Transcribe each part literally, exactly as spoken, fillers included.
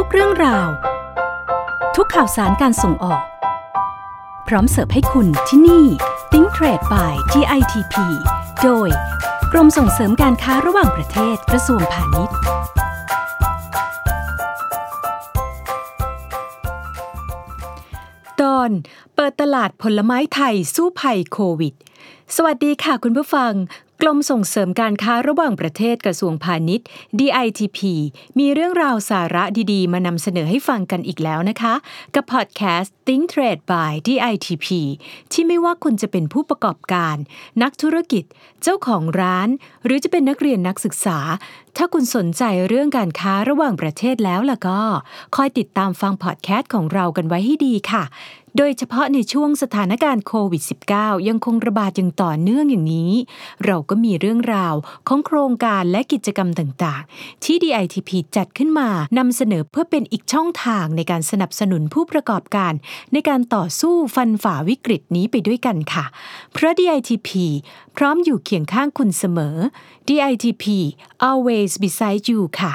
กเรื่องราวทุกข่าวสารการส่งออกพร้อมเสิร์ฟให้คุณที่นี่ Think Trade by ที ไอ ที พี โดยกรมส่งเสริมการค้าระหว่างประเทศกระทรวงพาณิชย์ตอนเปิดตลาดผลไม้ไทยสู้ภัยโควิดสวัสดีค่ะคุณผู้ฟังกรมส่งเสริมการค้าระหว่างประเทศกระทรวงพาณิชย์ ดี ไอ ที พี มีเรื่องราวสาระดีๆมานำเสนอให้ฟังกันอีกแล้วนะคะกับพอดแคสต์ Think Trade by ดี ไอ ที พี ที่ไม่ว่าคุณจะเป็นผู้ประกอบการนักธุรกิจเจ้าของร้านหรือจะเป็นนักเรียนนักศึกษาถ้าคุณสนใจเรื่องการค้าระหว่างประเทศแล้วล่ะก็คอยติดตามฟังพอดแคสต์ของเรากันไว้ให้ดีค่ะโดยเฉพาะในช่วงสถานการณ์โควิด สิบเก้า ยังคงระบาดอย่างต่อเนื่องอย่างนี้เราก็มีเรื่องราวของโครงการและกิจกรรมต่างๆที่ ดี ไอ ที พี จัดขึ้นมานำเสนอเพื่อเป็นอีกช่องทางในการสนับสนุนผู้ประกอบการในการต่อสู้ฟันฝ่าวิกฤตนี้ไปด้วยกันค่ะเพราะ ดี ไอ ที พี พร้อมอยู่เคียงข้างคุณเสมอ ดี ไอ ที พี always beside you ค่ะ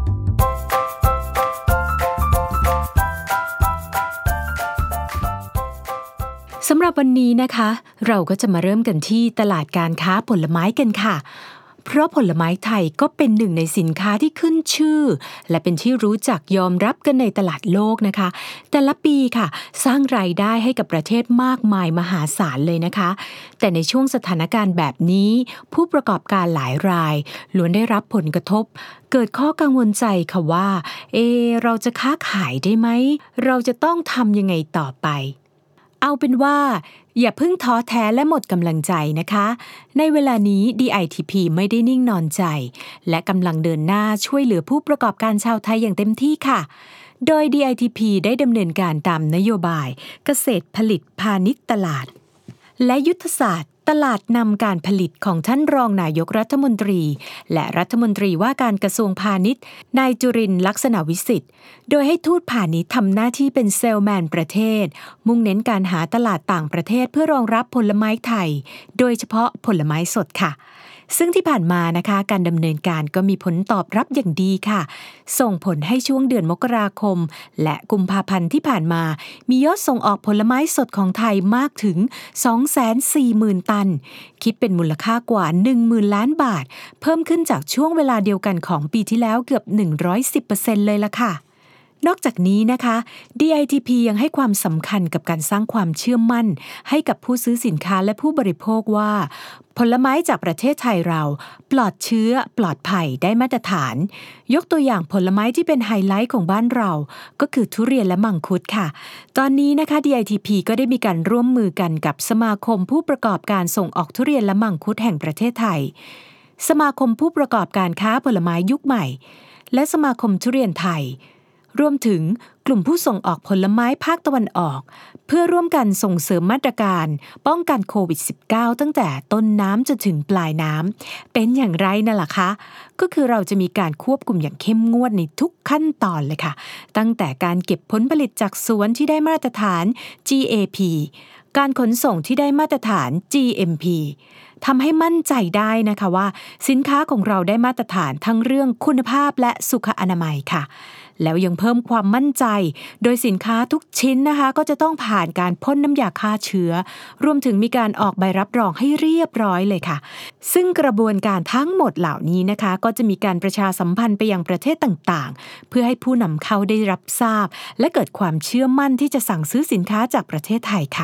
สำหรับวันนี้นะคะเราก็จะมาเริ่มกันที่ตลาดการค้าผลไม้กันค่ะเพราะผลไม้ไทยก็เป็นหนึ่งในสินค้าที่ขึ้นชื่อและเป็นที่รู้จักยอมรับกันในตลาดโลกนะคะแต่ละปีค่ะสร้างรายได้ให้กับประเทศมากมายมหาศาลเลยนะคะแต่ในช่วงสถานการณ์แบบนี้ผู้ประกอบการหลายรายล้วนได้รับผลกระทบเกิดข้อกังวลใจค่ะว่าเอเราจะค้าขายได้ไหมเราจะต้องทำยังไงต่อไปเอาเป็นว่าอย่าเพิ่งท้อแท้และหมดกำลังใจนะคะในเวลานี้ ดี ไอ ที พี ไม่ได้นิ่งนอนใจและกำลังเดินหน้าช่วยเหลือผู้ประกอบการชาวไทยอย่างเต็มที่ค่ะโดย ดี ไอ ที พี ได้ดำเนินการตามนโยบายเกษตรผลิตพาณิชย์ตลาดและยุทธศาสตร์ตลาดนำการผลิตของท่านรองนายกรัฐมนตรีและรัฐมนตรีว่าการกระทรวงพาณิชย์นายจุรินทร์ลักษณะวิสิทธิ์โดยให้ทูตพาณิชย์ทำหน้าที่เป็นเซลแมนประเทศมุ่งเน้นการหาตลาดต่างประเทศเพื่อรองรับผลไม้ไทยโดยเฉพาะผลไม้สดค่ะซึ่งที่ผ่านมานะคะการดำเนินการก็มีผลตอบรับอย่างดีค่ะส่งผลให้ช่วงเดือนมกราคมและกุมภาพันธ์ที่ผ่านมามียอดส่งออกผลไม้สดของไทยมากถึง สองแสนสี่หมื่น ตันคิดเป็นมูลค่ากว่า หนึ่งหมื่น ล้านบาทเพิ่มขึ้นจากช่วงเวลาเดียวกันของปีที่แล้วเกือบ หนึ่งร้อยสิบเปอร์เซ็นต์ เลยล่ะค่ะนอกจากนี้นะคะ ดี ไอ ที พี ยังให้ความสำคัญกับการสร้างความเชื่อมั่นให้กับผู้ซื้อสินค้าและผู้บริโภคว่าผลไม้จากประเทศไทยเราปลอดเชื้อปลอดภัยได้มาตรฐานยกตัวอย่างผลไม้ที่เป็นไฮไลท์ของบ้านเราก็คือทุเรียนและมังคุดค่ะตอนนี้นะคะ ดี ไอ ที พี ก็ได้มีการร่วมมือกันกับสมาคมผู้ประกอบการส่งออกทุเรียนและมังคุดแห่งประเทศไทยสมาคมผู้ประกอบการค้าผลไม้ยุคใหม่และสมาคมทุเรียนไทยรวมถึงกลุ่มผู้ส่งออกผลไม้ภาคตะวันออกเพื่อร่วมกันส่งเสริมมาตรการป้องกันโควิด สิบเก้า ตั้งแต่ต้นน้ำจนถึงปลายน้ำเป็นอย่างไรนั่นล่ะคะก็คือเราจะมีการควบคุมอย่างเข้มงวดในทุกขั้นตอนเลยค่ะตั้งแต่การเก็บผลผลิตจากสวนที่ได้มาตรฐาน จี เอ พี การขนส่งที่ได้มาตรฐาน จี เอ็ม พี ทำให้มั่นใจได้นะคะว่าสินค้าของเราได้มาตรฐานทั้งเรื่องคุณภาพและสุขอนามัยค่ะแล้วยังเพิ่มความมั่นใจโดยสินค้าทุกชิ้นนะคะก็จะต้องผ่านการพ่นน้ำยาฆ่าเชื้อรวมถึงมีการออกใบรับรองให้เรียบร้อยเลยค่ะซึ่งกระบวนการทั้งหมดเหล่านี้นะคะก็จะมีการประชาสัมพันธ์ไปยังประเทศต่างๆเพื่อให้ผู้นำเข้าได้รับทราบและเกิดความเชื่อมั่นที่จะสั่งซื้อสินค้าจากประเทศไทยค่ะ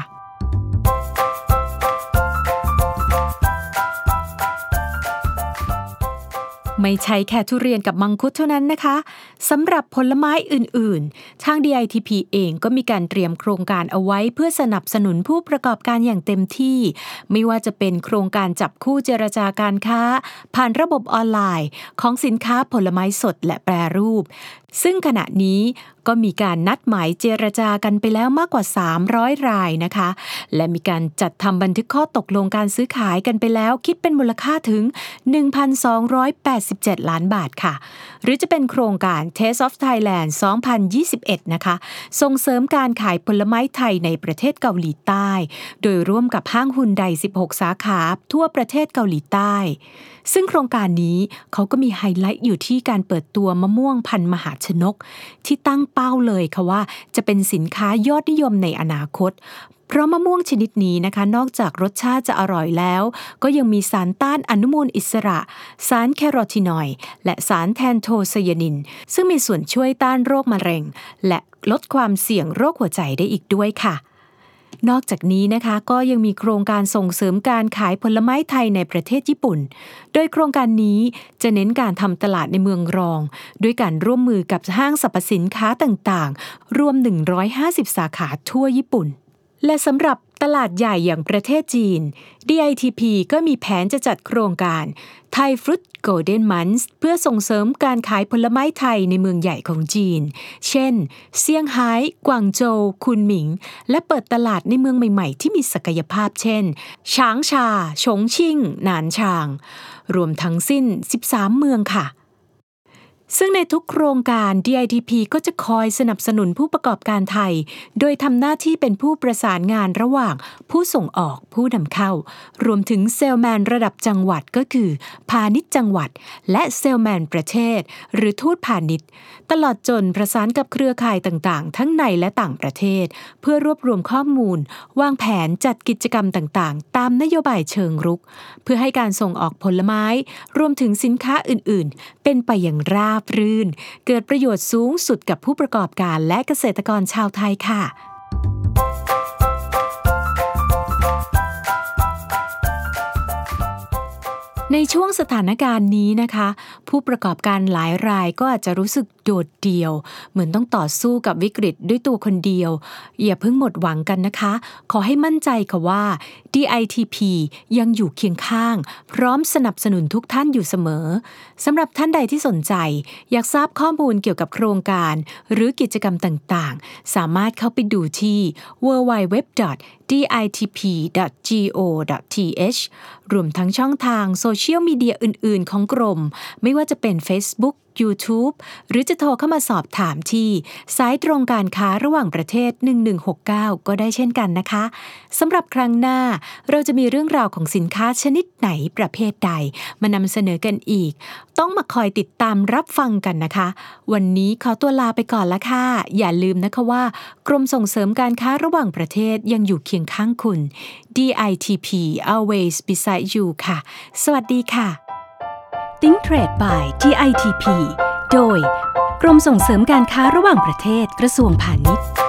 ไม่ใช่แค่ทุเรียนกับมังคุดเท่านั้นนะคะสำหรับผลไม้อื่นๆทาง ดี ไอ ที พี เองก็มีการเตรียมโครงการเอาไว้เพื่อสนับสนุนผู้ประกอบการอย่างเต็มที่ไม่ว่าจะเป็นโครงการจับคู่เจรจาการค้าผ่านระบบออนไลน์ของสินค้าผลไม้สดและแปรรูปซึ่งขณะนี้ก็มีการนัดหมายเจรจากันไปแล้วมากกว่าสามร้อยรายนะคะและมีการจัดทำบันทึกข้อตกลงการซื้อขายกันไปแล้วคิดเป็นมูลค่าถึง หนึ่งพันสองร้อยแปดสิบเจ็ด ล้านบาทค่ะหรือจะเป็นโครงการ Taste of Thailand สองพันยี่สิบเอ็ดนะคะส่งเสริมการขายผลไม้ไทยในประเทศเกาหลีใต้โดยร่วมกับห้างฮุนไดสิบหกสาขาทั่วประเทศเกาหลีใต้ซึ่งโครงการนี้เขาก็มีไฮไลท์อยู่ที่การเปิดตัวมะม่วงพันธุ์มหาชนกที่ตั้งเป้าเลยค่ะว่าจะเป็นสินค้ายอดนิยมในอนาคตเพราะมะม่วงชนิดนี้นะคะนอกจากรสชาติจะอร่อยแล้วก็ยังมีสารต้านอนุมูลอิสระสารแคโรทีนอยด์และสารแทนโทไซยานินซึ่งมีส่วนช่วยต้านโรคมะเร็งและลดความเสี่ยงโรคหัวใจได้อีกด้วยค่ะนอกจากนี้นะคะก็ยังมีโครงการส่งเสริมการขายผลไม้ไทยในประเทศญี่ปุ่นโดยโครงการนี้จะเน้นการทำตลาดในเมืองรองด้วยการร่วมมือกับห้างสรรพสินค้าต่างๆรวมหนึ่งร้อยห้าสิบสาขาทั่วญี่ปุ่นและสำหรับตลาดใหญ่อย่างประเทศจีน ดี ไอ ที พี ก็มีแผนจะจัดโครงการ Thai Fruit Golden Month เพื่อส่งเสริมการขายผลไม้ไทยในเมืองใหญ่ของจีนเช่นเซี่ยงไฮ้กวางโจวคุนหมิงและเปิดตลาดในเมืองใหม่ๆที่มีศักยภาพเช่นฉางชาฉงชิ่งหนานชางรวมทั้งสิ้นสิบสามเมืองค่ะซึ่งในทุกโครงการ ดี ไอ ที พี ก็จะคอยสนับสนุนผู้ประกอบการไทยโดยทำหน้าที่เป็นผู้ประสานงานระหว่างผู้ส่งออกผู้นำเข้ารวมถึงเซลแมนระดับจังหวัดก็คือพาณิชย์จังหวัดและเซลแมนประเทศหรือทูตพาณิชย์ตลอดจนประสานกับเครือข่ายต่างๆทั้งในและต่างประเทศเพื่อรวบรวมข้อมูลวางแผนจัดกิจกรรมต่างๆตามนโยบายเชิงรุกเพื่อให้การส่งออกผลไม้รวมถึงสินค้าอื่นๆเป็นไปอย่างราบรื่นเกิดประโยชน์สูงสุดกับผู้ประกอบการและเกษตรกรชาวไทยค่ะในช่วงสถานการณ์นี้นะคะผู้ประกอบการหลายรายก็อาจจะรู้สึกโดดเดี่ยวเหมือนต้องต่อสู้กับวิกฤตด้วยตัวคนเดียวอย่าเพิ่งหมดหวังกันนะคะขอให้มั่นใจค่ะว่า ดี ไอ ที พี ยังอยู่เคียงข้างพร้อมสนับสนุนทุกท่านอยู่เสมอสำหรับท่านใดที่สนใจอยากทราบข้อมูลเกี่ยวกับโครงการหรือกิจกรรมต่างๆสามารถเข้าไปดูที่ ดับเบิลยู ดับเบิลยู ดับเบิลยู ดอท ดี ไอ ที พี ดอท จี โอ ดอท ที เอช รวมทั้งช่องทางโซเชียลมีเดียอื่นๆของกรมไม่ว่าจะเป็น Facebook YouTube หรือจะโทรเข้ามาสอบถามที่สายตรงการค้าระหว่างประเทศหนึ่งหนึ่งหกเก้าก็ได้เช่นกันนะคะสำหรับครั้งหน้าเราจะมีเรื่องราวของสินค้าชนิดไหนประเภทใดมานำเสนอกันอีกต้องมาคอยติดตามรับฟังกันนะคะวันนี้ขอตัวลาไปก่อนละค่ะอย่าลืมนะคะว่ากรมส่งเสริมการค้าระหว่างประเทศยังอยู่เคียงข้างคุณ ดี ไอ ที พี always beside you ค่ะสวัสดีค่ะ Think Trade by ดี ไอ ที พี โดยกรมส่งเสริมการค้าระหว่างประเทศกระทรวงพาณิชย์